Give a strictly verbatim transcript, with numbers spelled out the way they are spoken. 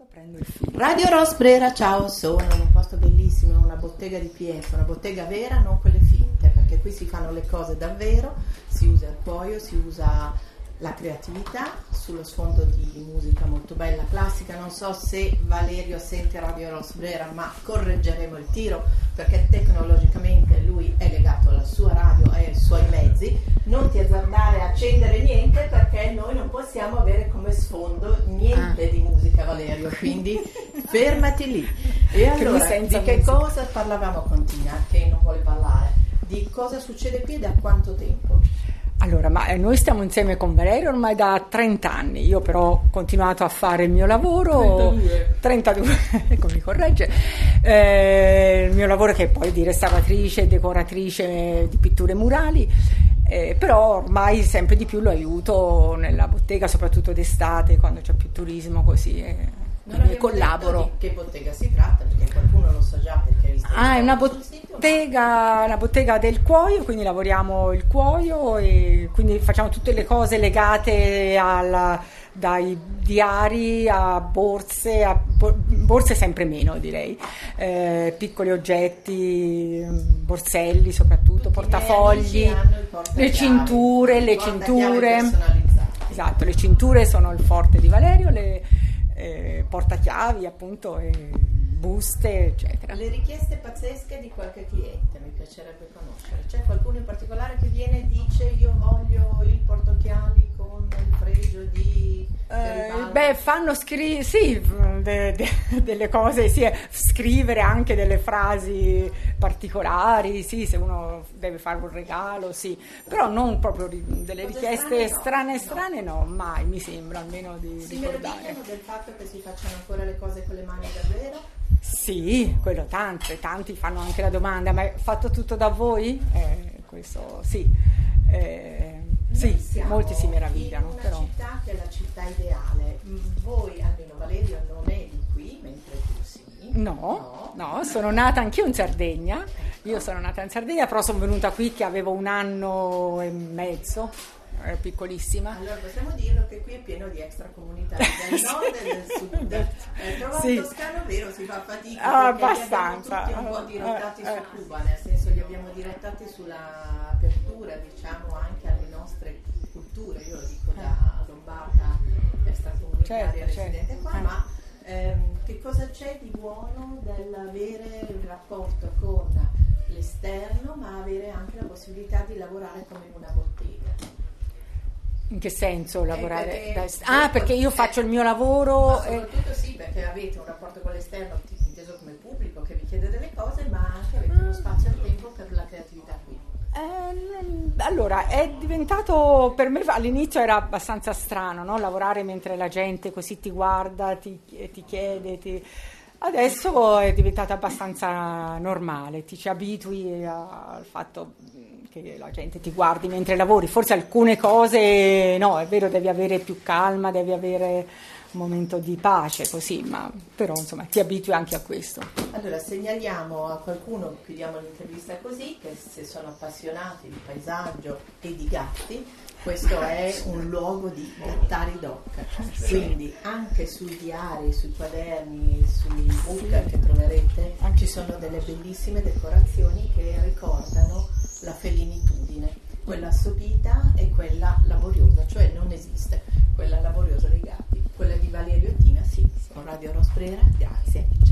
prendo il filo. Radio Rosbrera, ciao, sono in un posto bellissimo, una bottega di Pienza, una bottega vera, non quelle finte, perché qui si fanno le cose davvero, si usa il cuoio, si usa la creatività sullo sfondo di musica molto bella, classica. Non so se Valerio sente Radio Rosbrera, ma correggeremo il tiro perché tecnologicamente lui è legato alla sua radio e ai suoi mezzi. Non ti azzardare a accendere niente perché noi non possiamo avere come sfondo niente ah. di musica, Valerio, quindi fermati lì. E allora, di che musica. Cosa parlavamo con Tina, che non vuole parlare? Di cosa succede qui e da quanto tempo? Allora, ma noi stiamo insieme con Valerio ormai da trenta anni, io però ho continuato a fare il mio lavoro, trentadue, trentadue ecco mi corregge, eh, il mio lavoro che è poi di restauratrice, decoratrice di pitture murali, eh, però ormai sempre di più lo aiuto nella bottega, soprattutto d'estate quando c'è più turismo così. Eh. Non collaboro. Di che bottega si tratta? Perché qualcuno lo sa già perché hai visto. Ah, è una bottega, una bottega del cuoio, quindi lavoriamo il cuoio e quindi facciamo tutte le cose legate alla, dai diari a borse, a borse sempre meno direi, eh, piccoli oggetti, borselli soprattutto, tutti portafogli, le cinture, le cinture. Esatto, le cinture sono il forte di Valerio, le Eh, portachiavi appunto, eh, buste eccetera. Le richieste pazzesche di qualche cliente mi piacerebbe conoscere. C'è qualcuno in particolare che viene e dice io voglio il portachiavi con il fregio di eh, beh fanno scrivere sì de, de, delle cose sì, scrivere anche delle frasi particolari, sì, se uno deve fare un regalo, sì, però non proprio delle cose richieste strane strane, no. strane no, mai mi sembra, almeno di si ricordare. Si del fatto che si facciano ancora le cose con le mani davvero? Sì, quello tante, tanti fanno anche la domanda, ma è fatto tutto da voi? Eh, questo sì, eh, sì, molti si meravigliano. In una però. città che è la città ideale, voi, almeno Valerio non è di qui, mentre tu sì. No, no, no, sono nata anch'io in Sardegna, io sono nata in Sardegna, però sono venuta qui che avevo un anno e mezzo. Ero piccolissima. Allora possiamo dirlo che qui è pieno di extracomunitari del nord e del sud. Eh, trovare sì. un toscano vero si fa fatica ah, perché abbastanza. li abbiamo tutti un po' dirottati eh, su eh. Cuba, nel senso li abbiamo dirottati sulla apertura, diciamo, anche alle nostre culture. Io lo dico da lombarda extracomunitaria certo, residente certo. qua, ma ehm, che cosa c'è di buono nell'avere il rapporto con l'esterno, ma avere anche la possibilità di lavorare come in una bottega? In che senso lavorare? Eh, perché, da... Ah, perché io faccio il mio lavoro. Ma soprattutto e... sì, perché avete un rapporto con l'esterno, inteso come pubblico, che vi chiede delle cose, ma anche avete uno spazio e tempo per la creatività qui. Eh, allora, è diventato, per me all'inizio era abbastanza strano, no? Lavorare mentre la gente così ti guarda, ti, ti chiede, ti... Adesso è diventato abbastanza normale, ti ci abitui al fatto che la gente ti guardi mentre lavori. Forse alcune cose no, è vero, devi avere più calma, devi avere un momento di pace così, ma però insomma ti abitui anche a questo. Allora segnaliamo a qualcuno, chiudiamo l'intervista così, che se sono appassionati di paesaggio e di gatti, questo è un luogo di Gattari Doc, quindi anche sui diari, sui quaderni, sui book che troverete ci sono delle bellissime decorazioni che ricordano la felinitudine, quella assopita e quella laboriosa, cioè non esiste quella laboriosa dei gatti, quella di Valerio e Tina sì, con Radio Rosbrera, grazie.